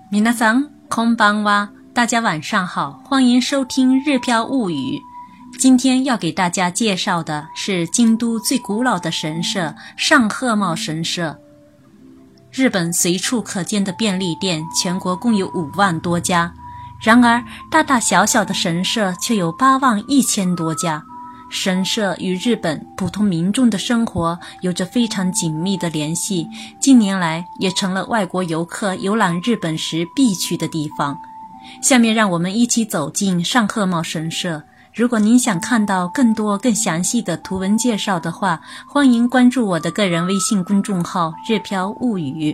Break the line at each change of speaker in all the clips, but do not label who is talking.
皆さんこんばんは，大家晚上好，欢迎收听日飘物语。今天要给大家介绍的是京都最古老的神社上鹤茂神社。日本随处可见的便利店全国共有5万多家，然而大大小小的神社却有8万1千多家。神社与日本普通民众的生活有着非常紧密的联系，近年来也成了外国游客游览日本时必去的地方。下面让我们一起走进上鹤茂神社。如果您想看到更多更详细的图文介绍的话，欢迎关注我的个人微信公众号日飘物语。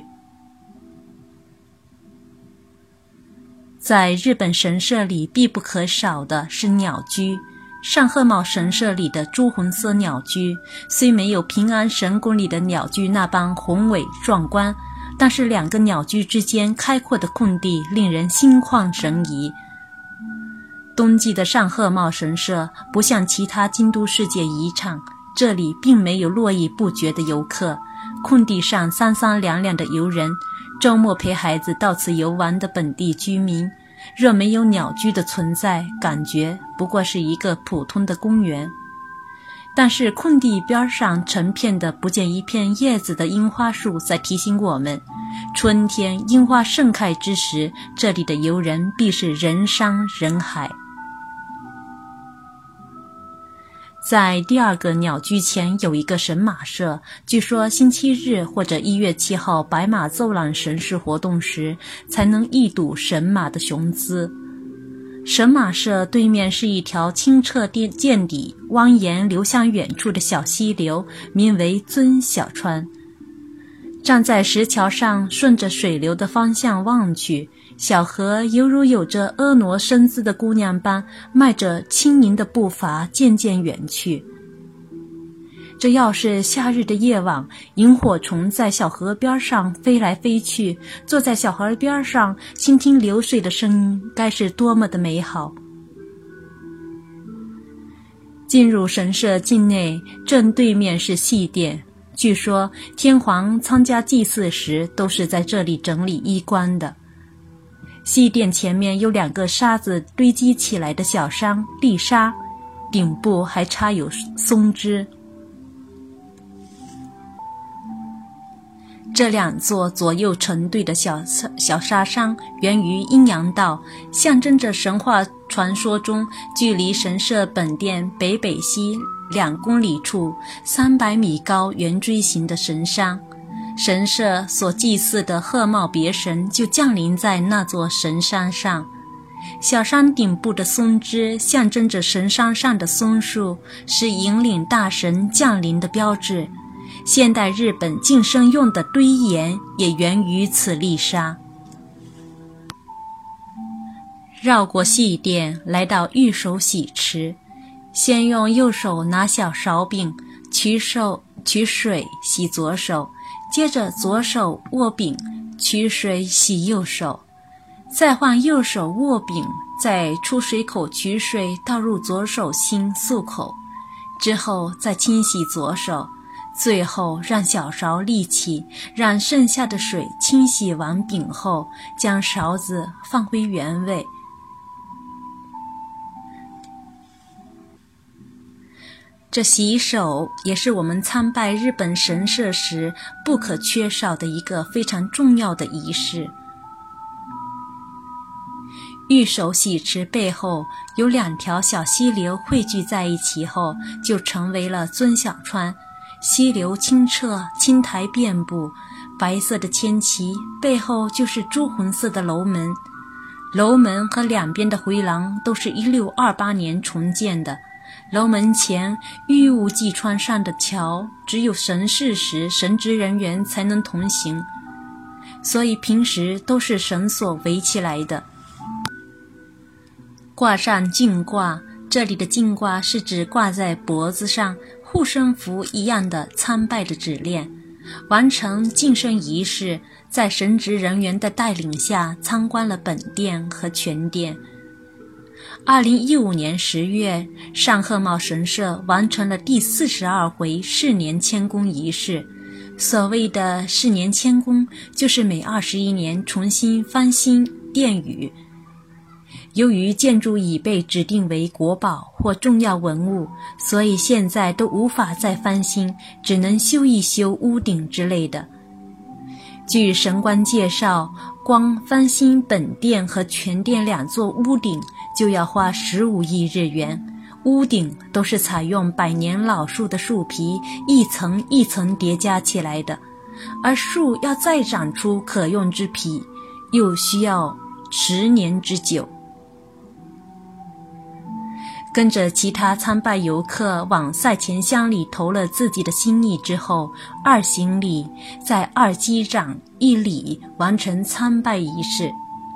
在日本神社里必不可少的是鸟居。上鹤茂神社里的朱红色鸟居虽没有平安神宫里的鸟居那般宏伟壮观，但是2个鸟居之间开阔的空地令人心旷神怡。冬季的上鹤茂神社不像其他京都世界遗产，这里并没有络绎不绝的游客，空地上三三两两的游人，周末陪孩子到此游玩的本地居民。若没有鸟居的存在，感觉不过是一个普通的公园。但是空地边上成片的不见一片叶子的樱花树在提醒我们，春天樱花盛开之时，这里的游人必是人山人海。在第2个鸟居前有一个神马社，据说星期日或者1月7号白马奏览神事活动时，才能一睹神马的雄姿。神马社对面是一条清澈见底、蜿蜒流向远处的小溪流，名为尊小川。站在石桥上，顺着水流的方向望去，小河犹如有着婀娜身姿的姑娘般，迈着轻盈的步伐渐渐远去。这要是夏日的夜晚，萤火虫在小河边上飞来飞去，坐在小河边上倾听流水的声音，该是多么的美好。进入神社境内，正对面是戏殿，据说天皇参加祭祀时都是在这里整理衣冠的。戏殿前面有2个沙子堆积起来的小山砾沙，顶部还插有松枝。这2座左右成对的小沙山源于阴阳道，象征着神话传说中距离神社本殿北西2公里处300米高圆锥形的神山。神社所祭祀的鹤茂别神就降临在那座神山上。小山顶部的松枝象征着神山上的松树，是引领大神降临的标志。现代日本净身用的堆岩也源于此砾沙。绕过戏殿，来到御手洗池，先用右手拿小勺柄取水洗左手，接着左手握柄取水洗右手，再换右手握柄，在出水口取水倒入左手心漱口，之后再清洗左手，最后让小勺立起，让剩下的水清洗完柄后，将勺子放回原位。这洗手也是我们参拜日本神社时不可缺少的一个非常重要的仪式。御手洗池背后有2条小溪流汇聚在一起后，就成为了尊小川。溪流清澈，青苔遍布，白色的千旗，背后就是朱红色的楼门。楼门和2边的回廊都是1628年重建的。楼门前玉物济川上的桥，只有神事时神职人员才能同行，所以平时都是绳索围起来的。挂上净挂，这里的净挂是指挂在脖子上护身符一样的参拜的指链。完成净身仪式，在神职人员的带领下参观了本殿和全殿。2015年10月，上鹤茂神社完成了第42回式年迁宫仪式， 所谓的4年迁宫，就是每21年重新翻新殿宇。由于建筑已被指定为国宝或重要文物，所以现在都无法再翻新，只能修一修屋顶之类的。据神官介绍，光翻新本殿和全殿2座屋顶就要花15亿日元，屋顶都是采用100年老树的树皮一层一层叠加起来的，而树要再长出可用之皮，又需要10年之久。跟着其他参拜游客往赛前乡里投了自己的心意之后，2行礼，在2击掌1礼完成参拜仪式。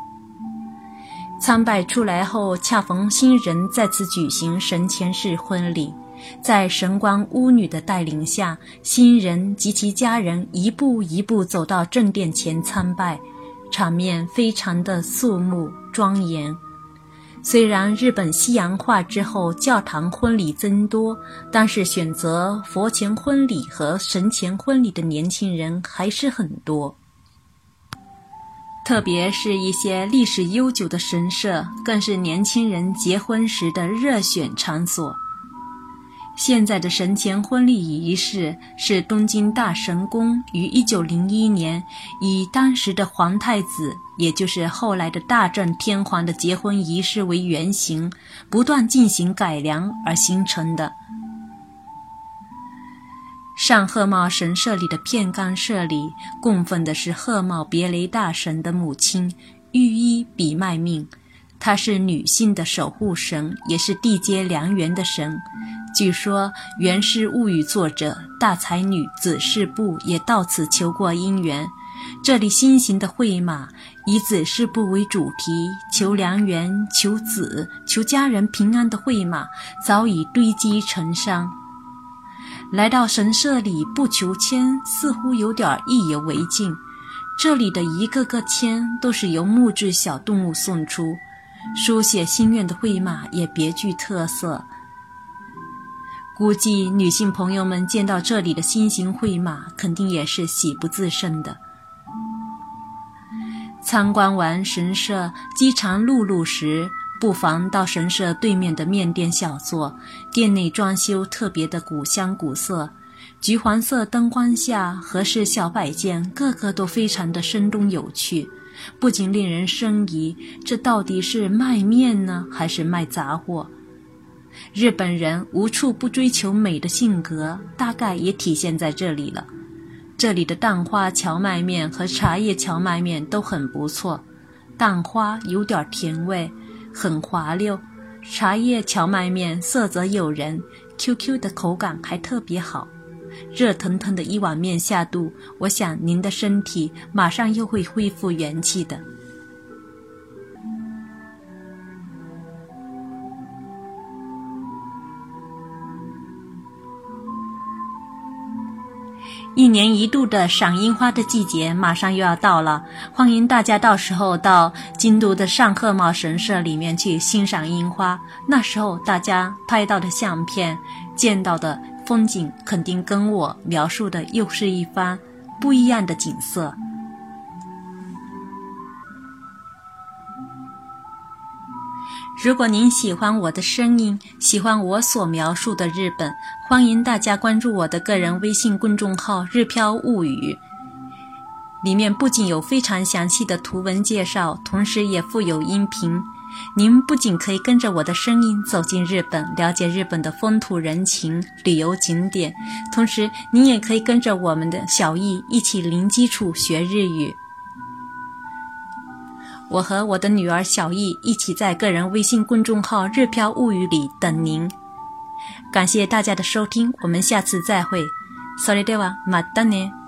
参拜出来后，恰逢新人在此举行神前式婚礼，在神官巫女的带领下，新人及其家人一步一步走到正殿前参拜，场面非常的肃穆庄严。虽然日本西洋化之后教堂婚礼增多，但是选择佛前婚礼和神前婚礼的年轻人还是很多。特别是一些历史悠久的神社，更是年轻人结婚时的热选场所。现在的神前婚礼仪式是东京大神宫于1901年以当时的皇太子，也就是后来的大正天皇的结婚仪式为原型，不断进行改良而形成的。上鹤茂神社里的片冈社里供奉的是鹤茂别雷大神的母亲御医比卖命，她是女性的守护神，也是缔结良缘的神。据说《源氏物语》作者大才女子氏部也到此求过姻缘。这里新型的绘马以子氏部为主题，求良缘、求子、求家人平安的绘马早已堆积成山。来到神社里不求签，似乎有点意犹未尽。这里的一个个签都是由木质小动物送出，书写心愿的绘马也别具特色。估计女性朋友们见到这里的新型绘马，肯定也是喜不自胜的。参观完神社饥肠辘辘时，不妨到神社对面的面店小坐，店内装修特别的古香古色，橘黄色灯光下，和式小摆件个个都非常的生动有趣，不仅令人生疑，这到底是卖面呢，还是卖杂货？日本人无处不追求美的性格，大概也体现在这里了。这里的蛋花荞麦面和茶叶荞麦面都很不错，蛋花有点甜味，很滑溜，茶叶荞麦面色泽诱人， QQ 的口感还特别好。热腾腾的一碗面下肚，我想您的身体马上又会恢复元气的。1年1度的赏樱花的季节马上又要到了，欢迎大家到时候到京都的上鹤茂神社里面去欣赏樱花，那时候大家拍到的相片，见到的风景肯定跟我描述的又是一番不一样的景色。如果您喜欢我的声音，喜欢我所描述的日本，欢迎大家关注我的个人微信公众号日飘物语，里面不仅有非常详细的图文介绍，同时也附有音频。您不仅可以跟着我的声音走进日本，了解日本的风土人情、旅游景点，同时您也可以跟着我们的小艺一起零基础学日语。我和我的女儿小艺一起在个人微信公众号日飘物语里等您。感谢大家的收听，我们下次再会。それではまたね。